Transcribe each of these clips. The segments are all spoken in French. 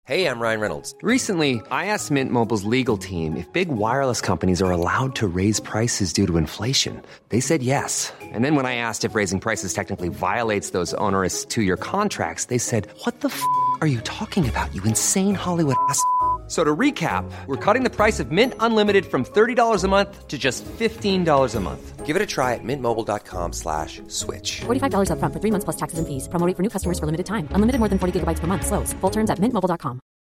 Hey, I'm Ryan Reynolds. Recently, I asked Mint Mobile's legal team if big wireless companies are allowed to raise prices due to inflation. They said yes. And then when I asked if raising prices technically violates those onerous two-year contracts, they said, "What the f*** are you talking about, you insane Hollywood ass?" So to recap, we're cutting the price of Mint Unlimited from $30 a month to just $15 a month. Give it a try at mintmobile.com/switch. $45 up front for 3 months plus taxes and fees. Promo rate for new customers for limited time. Unlimited more than 40 gigabytes per month. Slows full terms at mintmobile.com.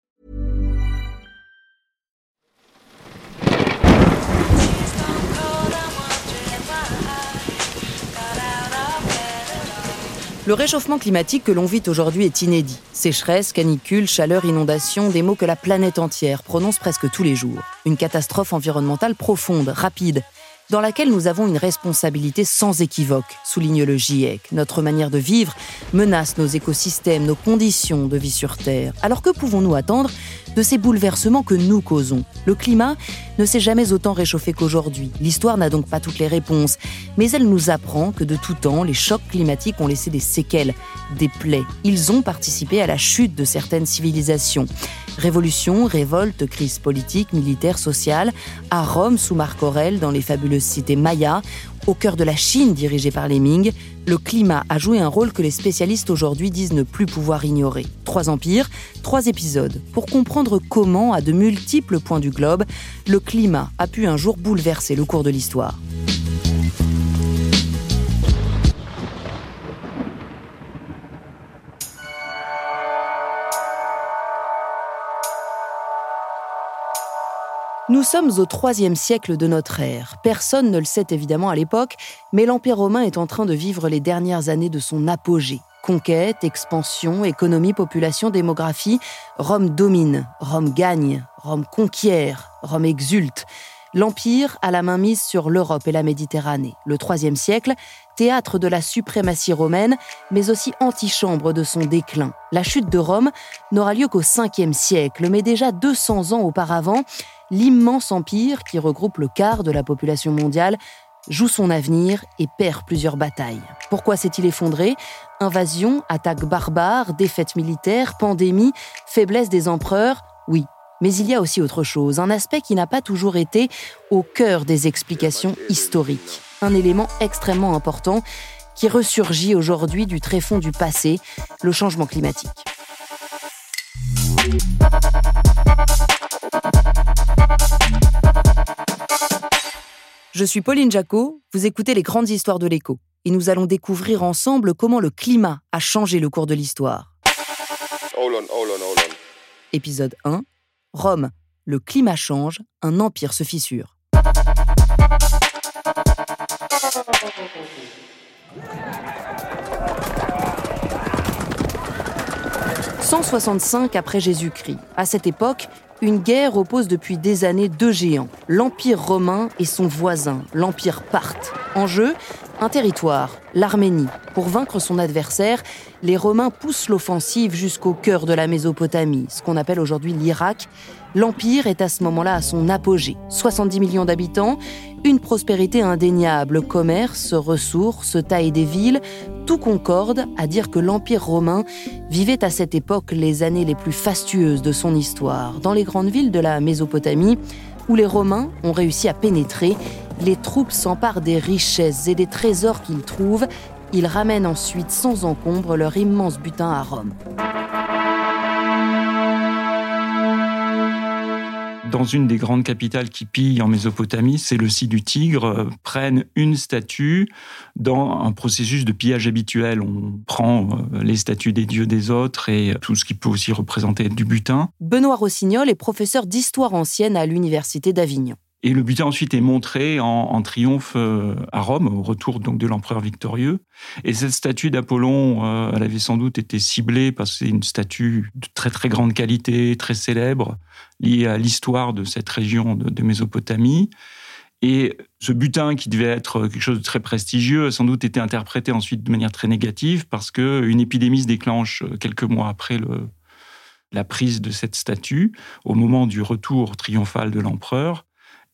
Le réchauffement climatique que l'on vit aujourd'hui est inédit. Sécheresse, canicule, chaleur, inondation, des mots que la planète entière prononce presque tous les jours. Une catastrophe environnementale profonde, rapide, dans laquelle nous avons une responsabilité sans équivoque, souligne le GIEC. Notre manière de vivre menace nos écosystèmes, nos conditions de vie sur Terre. Alors que pouvons-nous attendre de ces bouleversements que nous causons ? Le climat ne s'est jamais autant réchauffé qu'aujourd'hui. L'histoire n'a donc pas toutes les réponses, mais elle nous apprend que de tout temps, les chocs climatiques ont laissé des séquelles, des plaies. Ils ont participé à la chute de certaines civilisations. Révolution, révolte, crise politique, militaire, sociale, à Rome sous Marc Aurèle, dans les fabuleuses cités mayas, au cœur de la Chine dirigée par les Ming, le climat a joué un rôle que les spécialistes aujourd'hui disent ne plus pouvoir ignorer. 3 empires, 3 épisodes, pour comprendre comment, à de multiples points du globe, le climat a pu un jour bouleverser le cours de l'histoire. Nous sommes au IIIe siècle de notre ère. Personne ne le sait évidemment à l'époque, mais l'Empire romain est en train de vivre les dernières années de son apogée. Conquête, expansion, économie, population, démographie, Rome domine, Rome gagne, Rome conquiert, Rome exulte. L'Empire a la main mise sur l'Europe et la Méditerranée. Le IIIe siècle, théâtre de la suprématie romaine, mais aussi antichambre de son déclin. La chute de Rome n'aura lieu qu'au Ve siècle, mais déjà 200 ans auparavant, l'immense empire, qui regroupe le quart de la population mondiale, joue son avenir et perd plusieurs batailles. Pourquoi s'est-il effondré ? Invasion, attaques barbares, défaites militaires, pandémie, faiblesse des empereurs ? Oui. Mais il y a aussi autre chose, un aspect qui n'a pas toujours été au cœur des explications historiques. Un élément extrêmement important qui ressurgit aujourd'hui du tréfonds du passé, le changement climatique. Je suis Pauline Jacot, vous écoutez Les Grandes Histoires de l'Écho, et nous allons découvrir ensemble comment le climat a changé le cours de l'histoire. Hold on. Épisode 1, Rome, le climat change, un empire se fissure. « 165 après Jésus-Christ. À cette époque, une guerre oppose depuis des années 2 géants, l'Empire romain et son voisin, l'Empire parthe. En jeu, un territoire, l'Arménie. Pour vaincre son adversaire, les Romains poussent l'offensive jusqu'au cœur de la Mésopotamie, ce qu'on appelle aujourd'hui l'Irak. L'Empire est à ce moment-là à son apogée. 70 millions d'habitants, une prospérité indéniable, commerce, ressources, taille des villes, tout concorde à dire que l'Empire romain vivait à cette époque les années les plus fastueuses de son histoire. Dans les grandes villes de la Mésopotamie, où les Romains ont réussi à pénétrer, les troupes s'emparent des richesses et des trésors qu'ils trouvent. Ils ramènent ensuite sans encombre leur immense butin à Rome. Dans une des grandes capitales qui pillent en Mésopotamie, c'est le site du Tigre, prennent une statue dans un processus de pillage habituel. On prend les statues des dieux des autres et tout ce qui peut aussi représenter du butin. Benoît Rossignol est professeur d'histoire ancienne à l'université d'Avignon. Et le butin ensuite est montré en triomphe à Rome, au retour donc de l'empereur victorieux. Et cette statue d'Apollon, elle avait sans doute été ciblée parce que c'est une statue de très très grande qualité, très célèbre, liée à l'histoire de cette région de Mésopotamie. Et ce butin, qui devait être quelque chose de très prestigieux, a sans doute été interprété ensuite de manière très négative parce qu'une épidémie se déclenche quelques mois après la prise de cette statue, au moment du retour triomphal de l'empereur.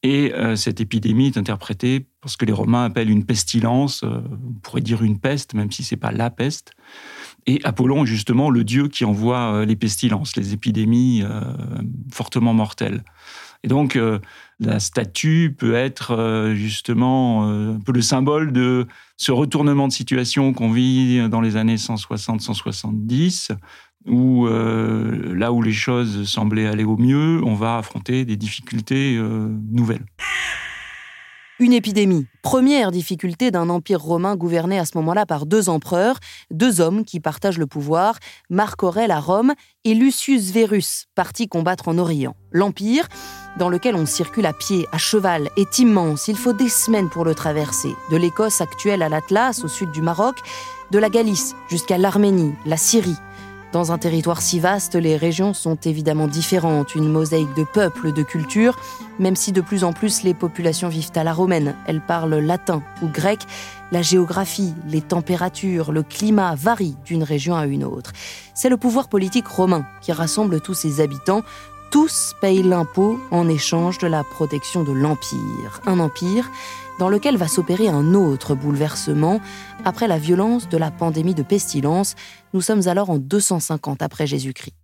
Et cette épidémie est interprétée par ce que les Romains appellent une pestilence, on pourrait dire une peste, même si ce n'est pas la peste. Et Apollon est justement le dieu qui envoie les pestilences, les épidémies fortement mortelles. Et donc, la statue peut être justement un peu le symbole de ce retournement de situation qu'on vit dans les années 160-170, où là où les choses semblaient aller au mieux, on va affronter des difficultés nouvelles. Une épidémie, première difficulté d'un empire romain gouverné à ce moment-là par 2 empereurs, 2 hommes qui partagent le pouvoir, Marc Aurèle à Rome et Lucius Verus, parti combattre en Orient. L'empire, dans lequel on circule à pied, à cheval, est immense. Il faut des semaines pour le traverser. De l'Écosse actuelle à l'Atlas, au sud du Maroc, de la Galice jusqu'à l'Arménie, la Syrie. Dans un territoire si vaste, les régions sont évidemment différentes, une mosaïque de peuples, de cultures, même si de plus en plus les populations vivent à la romaine. Elles parlent latin ou grec. La géographie, les températures, le climat varient d'une région à une autre. C'est le pouvoir politique romain qui rassemble tous ses habitants. Tous payent l'impôt en échange de la protection de l'Empire. Un empire dans lequel va s'opérer un autre bouleversement. Après la violence de la pandémie de pestilence, nous sommes alors en 250 après Jésus-Christ.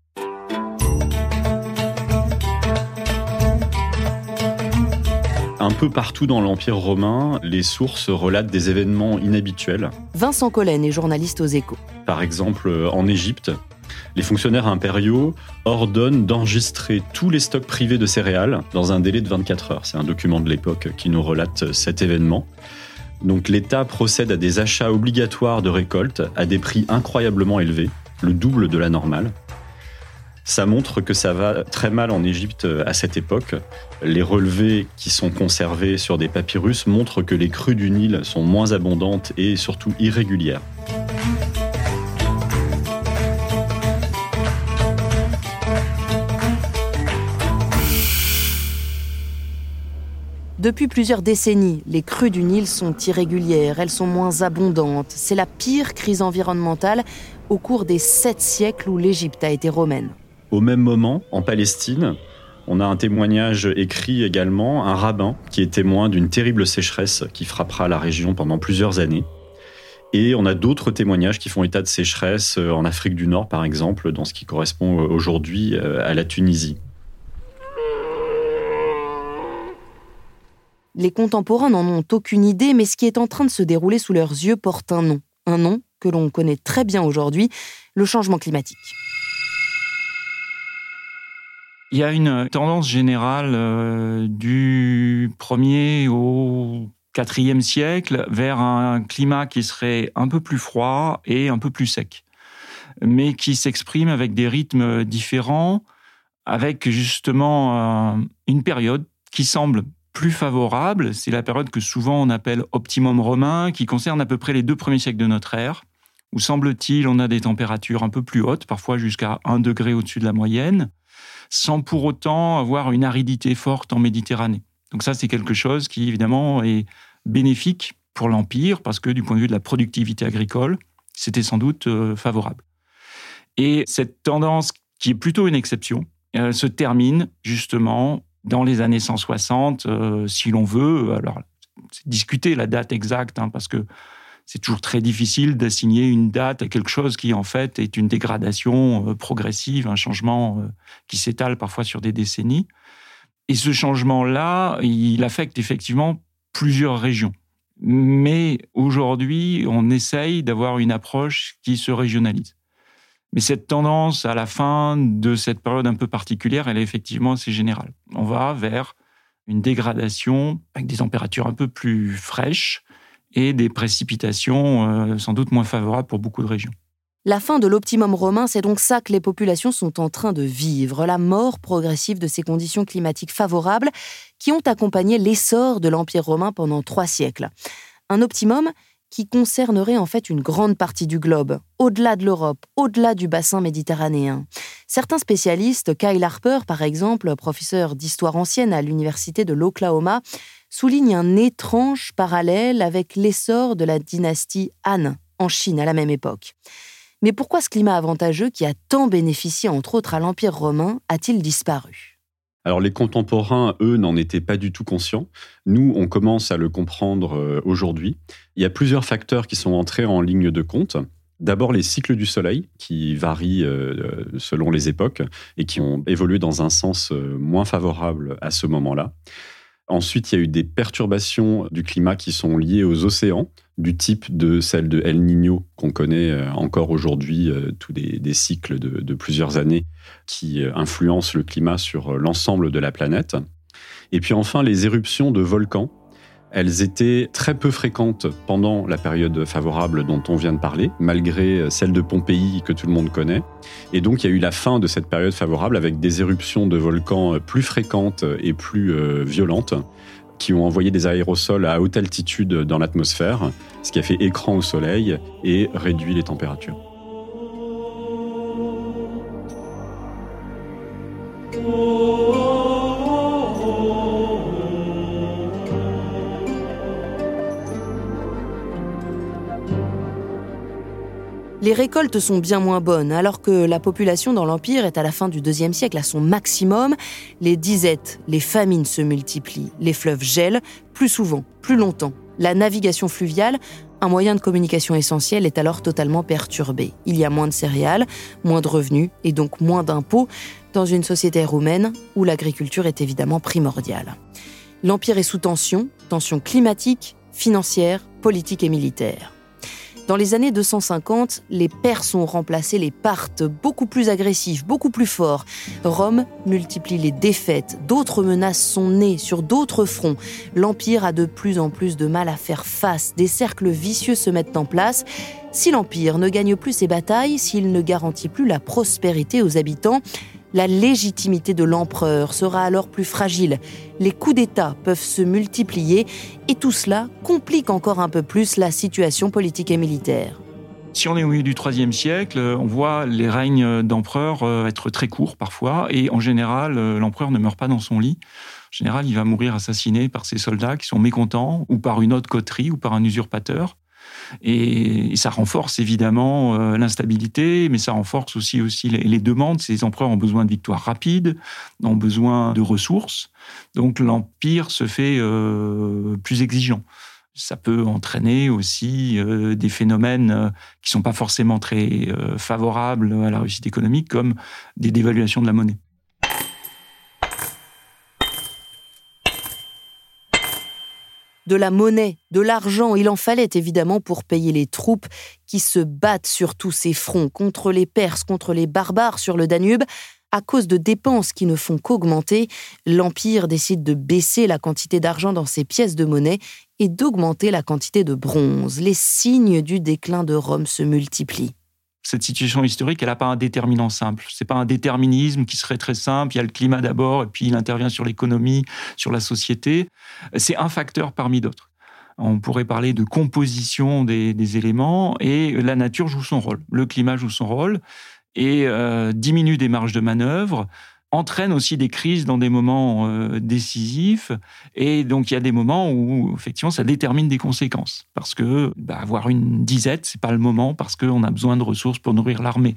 Un peu partout dans l'Empire romain, les sources relatent des événements inhabituels. Vincent Collen est journaliste aux Échos. Par exemple, en Égypte, les fonctionnaires impériaux ordonnent d'enregistrer tous les stocks privés de céréales dans un délai de 24 heures. C'est un document de l'époque qui nous relate cet événement. Donc l'État procède à des achats obligatoires de récoltes à des prix incroyablement élevés, le double de la normale. Ça montre que ça va très mal en Égypte à cette époque. Les relevés qui sont conservés sur des papyrus montrent que les crues du Nil sont moins abondantes et surtout irrégulières. Depuis plusieurs décennies, les crues du Nil sont irrégulières, elles sont moins abondantes. C'est la pire crise environnementale au cours des 7 siècles où l'Égypte a été romaine. Au même moment, en Palestine, on a un témoignage écrit également, un rabbin qui est témoin d'une terrible sécheresse qui frappera la région pendant plusieurs années. Et on a d'autres témoignages qui font état de sécheresse en Afrique du Nord, par exemple, dans ce qui correspond aujourd'hui à la Tunisie. Les contemporains n'en ont aucune idée, mais ce qui est en train de se dérouler sous leurs yeux porte un nom. Un nom que l'on connaît très bien aujourd'hui, le changement climatique. Il y a une tendance générale du 1er au 4e siècle vers un climat qui serait un peu plus froid et un peu plus sec, mais qui s'exprime avec des rythmes différents, avec justement une période qui semble plus favorable. C'est la période que souvent on appelle optimum romain, qui concerne à peu près les 2 premiers siècles de notre ère, où semble-t-il on a des températures un peu plus hautes, parfois jusqu'à 1 degré au-dessus de la moyenne, sans pour autant avoir une aridité forte en Méditerranée. Donc ça, c'est quelque chose qui, évidemment, est bénéfique pour l'Empire, parce que du point de vue de la productivité agricole, c'était sans doute favorable. Et cette tendance, qui est plutôt une exception, se termine justement dans les années 160, si l'on veut. Alors, c'est discuter la date exacte, parce que c'est toujours très difficile d'assigner une date à quelque chose qui, en fait, est une dégradation progressive, un changement qui s'étale parfois sur des décennies. Et ce changement-là, il affecte effectivement plusieurs régions. Mais aujourd'hui, on essaye d'avoir une approche qui se régionalise. Mais cette tendance, à la fin de cette période un peu particulière, elle est effectivement assez générale. On va vers une dégradation avec des températures un peu plus fraîches et des précipitations sans doute moins favorables pour beaucoup de régions. La fin de l'optimum romain, c'est donc ça que les populations sont en train de vivre, la mort progressive de ces conditions climatiques favorables qui ont accompagné l'essor de l'Empire romain pendant 3 siècles. Un optimum qui concernerait en fait une grande partie du globe, au-delà de l'Europe, au-delà du bassin méditerranéen. Certains spécialistes, Kyle Harper par exemple, professeur d'histoire ancienne à l'université de l'Oklahoma, souligne un étrange parallèle avec l'essor de la dynastie Han en Chine à la même époque. Mais pourquoi ce climat avantageux qui a tant bénéficié entre autres à l'Empire romain a-t-il disparu ? Alors les contemporains, eux, n'en étaient pas du tout conscients. Nous, on commence à le comprendre aujourd'hui. Il y a plusieurs facteurs qui sont entrés en ligne de compte. D'abord, les cycles du soleil, qui varient selon les époques et qui ont évolué dans un sens moins favorable à ce moment-là. Ensuite, il y a eu des perturbations du climat qui sont liées aux océans, du type de celle de El Niño, qu'on connaît encore aujourd'hui, tous des cycles de plusieurs années qui influencent le climat sur l'ensemble de la planète. Et puis enfin, les éruptions de volcans. Elles étaient très peu fréquentes pendant la période favorable dont on vient de parler, malgré celle de Pompéi que tout le monde connaît. Et donc, il y a eu la fin de cette période favorable avec des éruptions de volcans plus fréquentes et plus violentes qui ont envoyé des aérosols à haute altitude dans l'atmosphère, ce qui a fait écran au soleil et réduit les températures. Les récoltes sont bien moins bonnes, alors que la population dans l'Empire est à la fin du IIe siècle à son maximum. Les disettes, les famines se multiplient, les fleuves gèlent, plus souvent, plus longtemps. La navigation fluviale, un moyen de communication essentiel, est alors totalement perturbée. Il y a moins de céréales, moins de revenus et donc moins d'impôts dans une société roumaine où l'agriculture est évidemment primordiale. L'Empire est sous tension climatique, financière, politique et militaire. Dans les années 250, les Perses ont remplacé les Parthes, beaucoup plus agressifs, beaucoup plus forts. Rome multiplie les défaites, d'autres menaces sont nées sur d'autres fronts. L'Empire a de plus en plus de mal à faire face, des cercles vicieux se mettent en place. Si l'Empire ne gagne plus ses batailles, s'il ne garantit plus la prospérité aux habitants, la légitimité de l'empereur sera alors plus fragile. Les coups d'État peuvent se multiplier et tout cela complique encore un peu plus la situation politique et militaire. Si on est au milieu du IIIe siècle, on voit les règnes d'empereurs être très courts parfois et en général, l'empereur ne meurt pas dans son lit. En général, il va mourir assassiné par ses soldats qui sont mécontents ou par une autre coterie ou par un usurpateur. Et ça renforce évidemment l'instabilité, mais ça renforce aussi les demandes. Ces empereurs ont besoin de victoires rapides, ont besoin de ressources. Donc l'empire se fait plus exigeant. Ça peut entraîner aussi des phénomènes qui ne sont pas forcément très favorables à la réussite économique, comme des dévaluations de la monnaie. De la monnaie, de l'argent, il en fallait évidemment pour payer les troupes qui se battent sur tous ces fronts, contre les Perses, contre les barbares sur le Danube. À cause de dépenses qui ne font qu'augmenter, l'Empire décide de baisser la quantité d'argent dans ses pièces de monnaie et d'augmenter la quantité de bronze. Les signes du déclin de Rome se multiplient. Cette situation historique, elle n'a pas un déterminant simple. Ce n'est pas un déterminisme qui serait très simple. Il y a le climat d'abord, et puis il intervient sur l'économie, sur la société. C'est un facteur parmi d'autres. On pourrait parler de composition des éléments, et la nature joue son rôle. Le climat joue son rôle, et diminue des marges de manœuvre, entraîne aussi des crises dans des moments décisifs. Et donc, il y a des moments où, effectivement, ça détermine des conséquences. Parce que avoir une disette, c'est pas le moment, parce qu'on a besoin de ressources pour nourrir l'armée.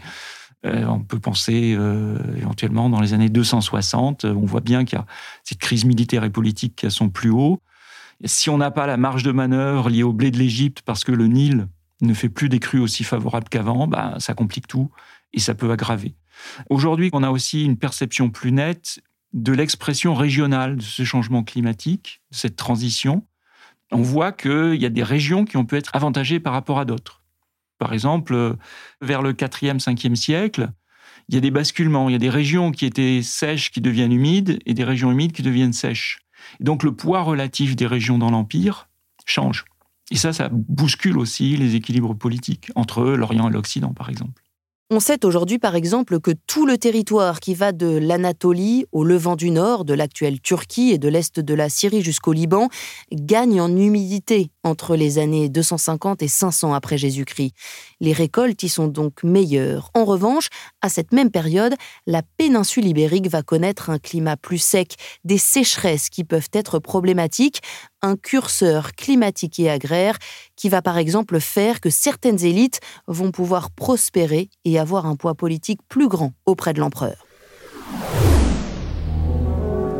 On peut penser éventuellement dans les années 260, on voit bien qu'il y a cette crise militaire et politique qui a son plus haut. Et si on n'a pas la marge de manœuvre liée au blé de l'Égypte, parce que le Nil ne fait plus des crues aussi favorables qu'avant, ça complique tout et ça peut aggraver. Aujourd'hui, on a aussi une perception plus nette de l'expression régionale de ce changement climatique, de cette transition. On voit qu'il y a des régions qui ont pu être avantagées par rapport à d'autres. Par exemple, vers le 4e, 5e siècle, il y a des basculements. Il y a des régions qui étaient sèches qui deviennent humides et des régions humides qui deviennent sèches. Et donc, le poids relatif des régions dans l'Empire change. Et ça bouscule aussi les équilibres politiques entre l'Orient et l'Occident, par exemple. On sait aujourd'hui, par exemple, que tout le territoire qui va de l'Anatolie au Levant du Nord, de l'actuelle Turquie et de l'Est de la Syrie jusqu'au Liban, gagne en humidité entre les années 250 et 500 après Jésus-Christ. Les récoltes y sont donc meilleures. En revanche, à cette même période, la péninsule ibérique va connaître un climat plus sec, des sécheresses qui peuvent être problématiques, un curseur climatique et agraire qui va par exemple faire que certaines élites vont pouvoir prospérer et avoir un poids politique plus grand auprès de l'empereur.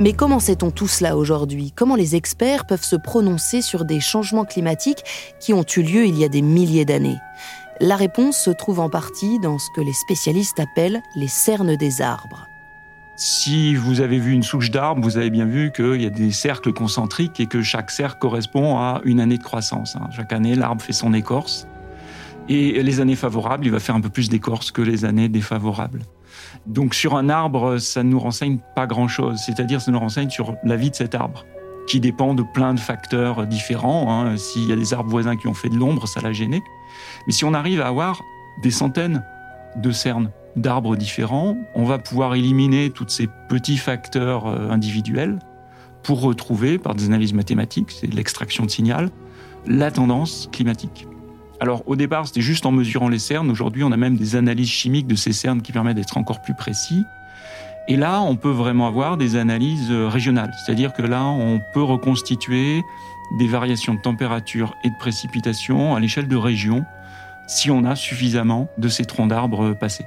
Mais comment sait-on tout cela aujourd'hui ? Comment les experts peuvent se prononcer sur des changements climatiques qui ont eu lieu il y a des milliers d'années ? La réponse se trouve en partie dans ce que les spécialistes appellent les cernes des arbres. Si vous avez vu une souche d'arbre, vous avez bien vu qu'il y a des cercles concentriques et que chaque cercle correspond à une année de croissance. Chaque année, l'arbre fait son écorce. Et les années favorables, il va faire un peu plus d'écorce que les années défavorables. Donc sur un arbre, ça ne nous renseigne pas grand-chose. C'est-à-dire, ça nous renseigne sur la vie de cet arbre, qui dépend de plein de facteurs différents. S'il y a des arbres voisins qui ont fait de l'ombre, ça l'a gêné. Mais si on arrive à avoir des centaines de cernes d'arbres différents, on va pouvoir éliminer tous ces petits facteurs individuels pour retrouver, par des analyses mathématiques, c'est de l'extraction de signal, la tendance climatique. Alors au départ, c'était juste en mesurant les cernes. Aujourd'hui, on a même des analyses chimiques de ces cernes qui permettent d'être encore plus précis. Et là, on peut vraiment avoir des analyses régionales. C'est-à-dire que là, on peut reconstituer des variations de température et de précipitation à l'échelle de régions si on a suffisamment de ces troncs d'arbres passés.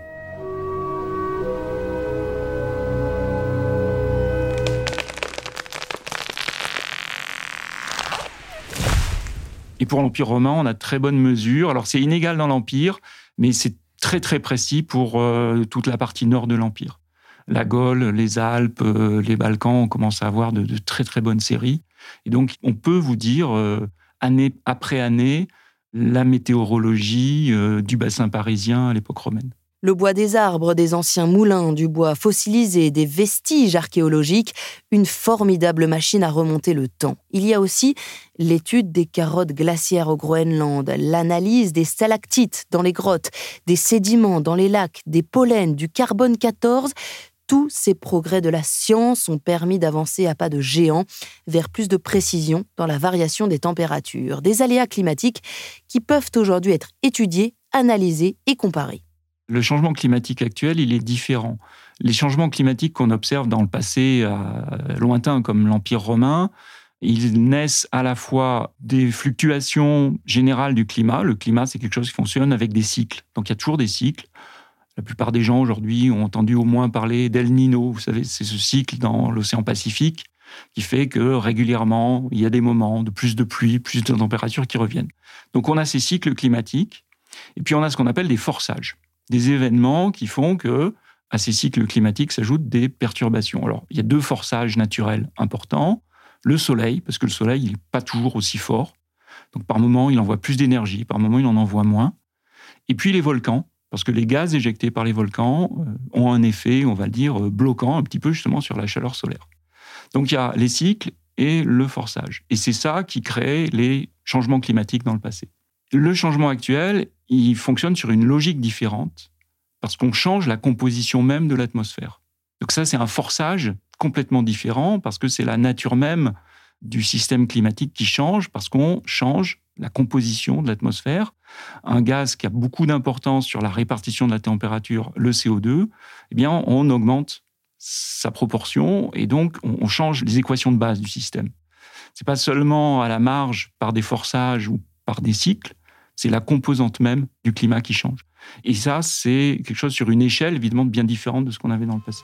Et pour l'Empire romain, on a de très bonnes mesures. Alors c'est inégal dans l'Empire, mais c'est très très précis pour toute la partie nord de l'Empire. La Gaule, les Alpes, les Balkans, on commence à avoir de très très bonnes séries. Et donc on peut vous dire, année après année, la météorologie du bassin parisien à l'époque romaine. Le bois des arbres, des anciens moulins, du bois fossilisé, des vestiges archéologiques, une formidable machine à remonter le temps. Il y a aussi l'étude des carottes glaciaires au Groenland, l'analyse des stalactites dans les grottes, des sédiments dans les lacs, des pollens, du carbone 14. Tous ces progrès de la science ont permis d'avancer à pas de géant vers plus de précision dans la variation des températures, des aléas climatiques qui peuvent aujourd'hui être étudiés, analysés et comparés. Le changement climatique actuel, il est différent. Les changements climatiques qu'on observe dans le passé lointain, comme l'Empire romain, ils naissent à la fois des fluctuations générales du climat. Le climat, c'est quelque chose qui fonctionne avec des cycles. Donc il y a toujours des cycles. La plupart des gens aujourd'hui ont entendu au moins parler d'El Niño. Vous savez, c'est ce cycle dans l'océan Pacifique qui fait que régulièrement, il y a des moments de plus de pluie, plus de température qui reviennent. Donc on a ces cycles climatiques et puis on a ce qu'on appelle des forçages. Des événements qui font que, à ces cycles climatiques s'ajoutent des perturbations. Alors, il y a deux forçages naturels importants. Le soleil, parce que le soleil, il n'est pas toujours aussi fort. Donc, par moment, il envoie plus d'énergie, par moment, il en envoie moins. Et puis, les volcans, parce que les gaz éjectés par les volcans ont un effet, on va le dire, bloquant un petit peu justement sur la chaleur solaire. Donc, il y a les cycles et le forçage. Et c'est ça qui crée les changements climatiques dans le passé. Le changement actuel, il fonctionne sur une logique différente parce qu'on change la composition même de l'atmosphère. Donc ça, c'est un forçage complètement différent parce que c'est la nature même du système climatique qui change parce qu'on change la composition de l'atmosphère. Un gaz qui a beaucoup d'importance sur la répartition de la température, le CO2, eh bien, on augmente sa proportion et donc on change les équations de base du système. C'est pas seulement à la marge par des forçages ou par des cycles, c'est la composante même du climat qui change. Et ça, c'est quelque chose sur une échelle évidemment bien différente de ce qu'on avait dans le passé.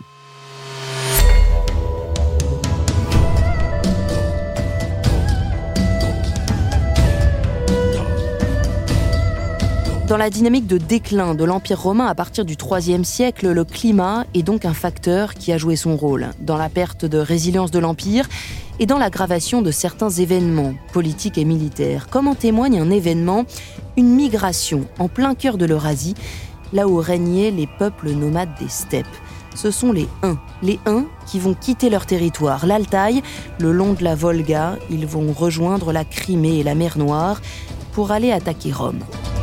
Dans la dynamique de déclin de l'Empire romain à partir du IIIe siècle, le climat est donc un facteur qui a joué son rôle dans la perte de résilience de l'Empire et dans l'aggravation de certains événements politiques et militaires, comme en témoigne un événement, une migration en plein cœur de l'Eurasie, là où régnaient les peuples nomades des steppes. Ce sont les Huns. Les Huns qui vont quitter leur territoire, l'Altaï, le long de la Volga. Ils vont rejoindre la Crimée et la mer Noire pour aller attaquer Rome.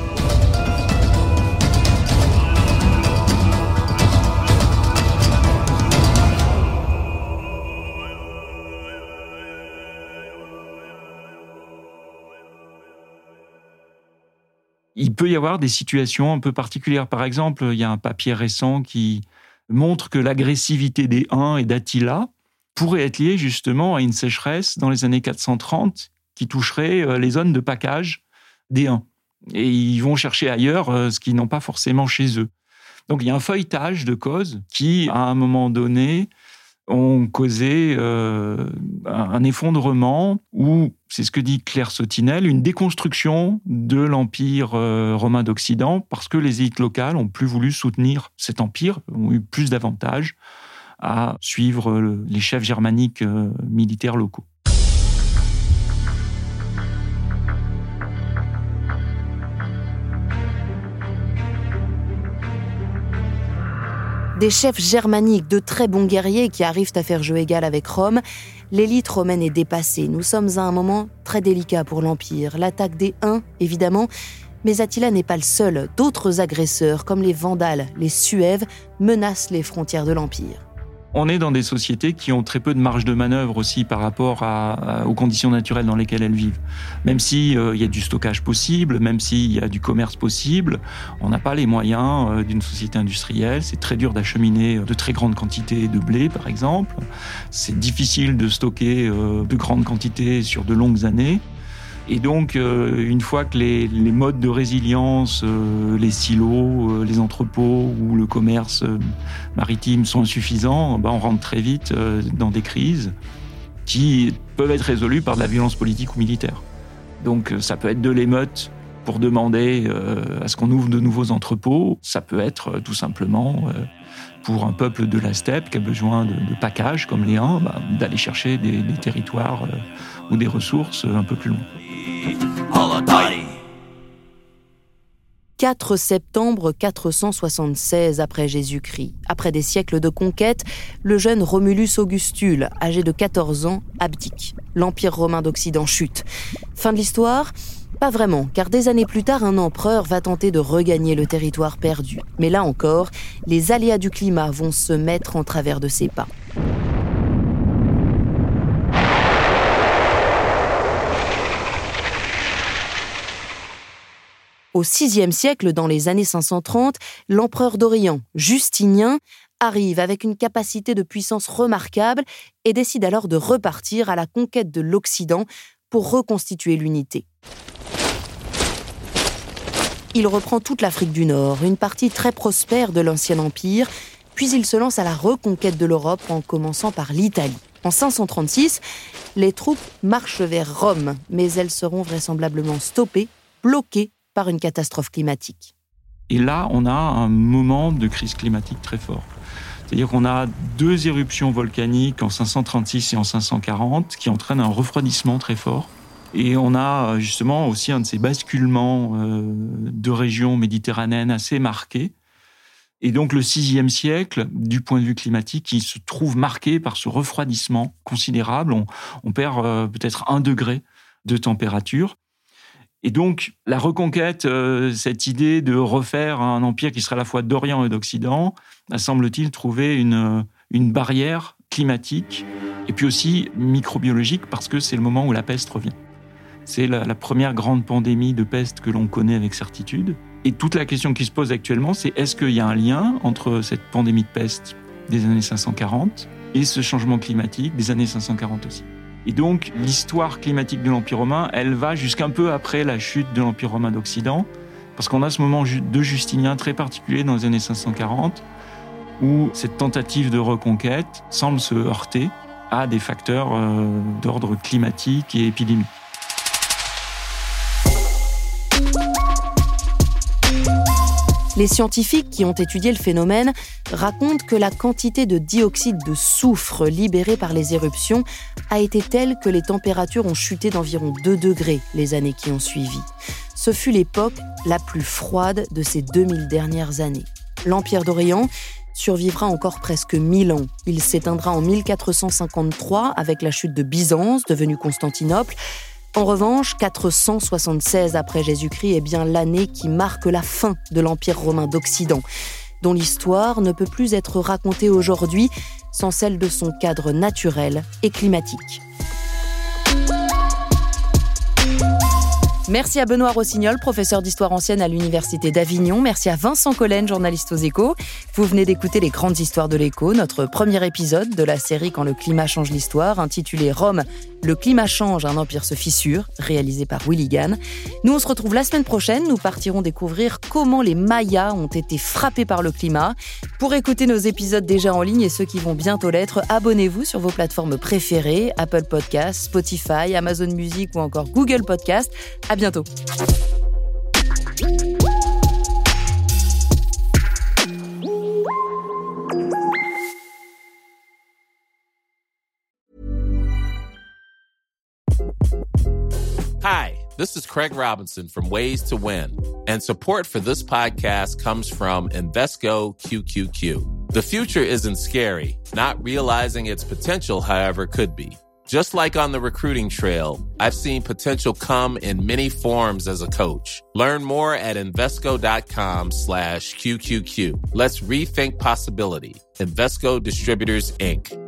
Il peut y avoir des situations un peu particulières. Par exemple, il y a un papier récent qui montre que l'agressivité des Huns et d'Attila pourrait être liée justement à une sécheresse dans les années 430 qui toucherait les zones de package des Huns. Et ils vont chercher ailleurs ce qu'ils n'ont pas forcément chez eux. Donc il y a un feuilletage de causes qui, à un moment donné, ont causé un effondrement ou, c'est ce que dit Claire Sautinel, une déconstruction de l'Empire romain d'Occident parce que les élites locales ont plus voulu soutenir cet empire, ont eu plus d'avantages à suivre les chefs germaniques militaires locaux. Des chefs germaniques, de très bons guerriers qui arrivent à faire jeu égal avec Rome, l'élite romaine est dépassée. Nous sommes à un moment très délicat pour l'Empire. L'attaque des Huns, évidemment, mais Attila n'est pas le seul. D'autres agresseurs, comme les Vandales, les Suèves, menacent les frontières de l'Empire. On est dans des sociétés qui ont très peu de marge de manœuvre aussi par rapport aux conditions naturelles dans lesquelles elles vivent. Même s'il y a du stockage possible, même s'il y a du commerce possible, on n'a pas les moyens d'une société industrielle. C'est très dur d'acheminer de très grandes quantités de blé, par exemple. C'est difficile de stocker de grandes quantités sur de longues années. Et donc, une fois que les modes de résilience, les silos, les entrepôts ou le commerce maritime sont insuffisants, on rentre très vite dans des crises qui peuvent être résolues par de la violence politique ou militaire. Donc, ça peut être de l'émeute pour demander à ce qu'on ouvre de nouveaux entrepôts. Ça peut être tout simplement, pour un peuple de la steppe qui a besoin de packages comme les Huns, d'aller chercher des territoires ou des ressources un peu plus loin. 4 septembre 476 après Jésus-Christ. Après des siècles de conquête, le jeune Romulus Augustule, âgé de 14 ans, abdique. L'Empire romain d'Occident chute. Fin de l'histoire ? Pas vraiment, car des années plus tard, un empereur va tenter de regagner le territoire perdu. Mais là encore, les aléas du climat vont se mettre en travers de ses pas. Au VIe siècle, dans les années 530, l'empereur d'Orient, Justinien, arrive avec une capacité de puissance remarquable et décide alors de repartir à la conquête de l'Occident pour reconstituer l'unité. Il reprend toute l'Afrique du Nord, une partie très prospère de l'ancien empire, puis il se lance à la reconquête de l'Europe en commençant par l'Italie. En 536, les troupes marchent vers Rome, mais elles seront vraisemblablement stoppées, bloquées par une catastrophe climatique. Et là, on a un moment de crise climatique très fort. C'est-à-dire qu'on a 2 éruptions volcaniques en 536 et en 540 qui entraînent un refroidissement très fort. Et on a justement aussi un de ces basculements de régions méditerranéennes assez marqués. Et donc le VIe siècle, du point de vue climatique, il se trouve marqué par ce refroidissement considérable. On perd peut-être 1 degré de température. Et donc, la reconquête, cette idée de refaire un empire qui serait à la fois d'Orient et d'Occident, a, semble-t-il, trouvé une barrière climatique et puis aussi microbiologique parce que c'est le moment où la peste revient. C'est la première grande pandémie de peste que l'on connaît avec certitude. Et toute la question qui se pose actuellement, c'est est-ce qu'il y a un lien entre cette pandémie de peste des années 540 et ce changement climatique des années 540 aussi ? Et donc, l'histoire climatique de l'Empire romain, elle va jusqu'un peu après la chute de l'Empire romain d'Occident, parce qu'on a ce moment de Justinien très particulier dans les années 540, où cette tentative de reconquête semble se heurter à des facteurs d'ordre climatique et épidémique. Les scientifiques qui ont étudié le phénomène racontent que la quantité de dioxyde de soufre libérée par les éruptions a été telle que les températures ont chuté d'environ 2 degrés les années qui ont suivi. Ce fut l'époque la plus froide de ces 2000 dernières années. L'Empire d'Orient survivra encore presque 1000 ans. Il s'éteindra en 1453 avec la chute de Byzance, devenue Constantinople. En revanche, 476 après Jésus-Christ est bien l'année qui marque la fin de l'Empire romain d'Occident, dont l'histoire ne peut plus être racontée aujourd'hui sans celle de son cadre naturel et climatique. Merci à Benoît Rossignol, professeur d'histoire ancienne à l'Université d'Avignon. Merci à Vincent Collen, journaliste aux Échos. Vous venez d'écouter Les Grandes Histoires de l'écho, notre premier épisode de la série Quand le climat change l'histoire, intitulé Rome, le climat change, un empire se fissure, réalisé par Willy Gann. Nous, on se retrouve la semaine prochaine. Nous partirons découvrir comment les Mayas ont été frappés par le climat. Pour écouter nos épisodes déjà en ligne et ceux qui vont bientôt l'être, abonnez-vous sur vos plateformes préférées, Apple Podcasts, Spotify, Amazon Music ou encore Google Podcasts. À bientôt. Hi, this is Craig Robinson from Ways to Win, and support for this podcast comes from Invesco QQQ. The future isn't scary. Not realizing its potential, however, could be. Just like on the recruiting trail, I've seen potential come in many forms as a coach. Learn more at Invesco.com/QQQ. Let's rethink possibility. Invesco Distributors, Inc.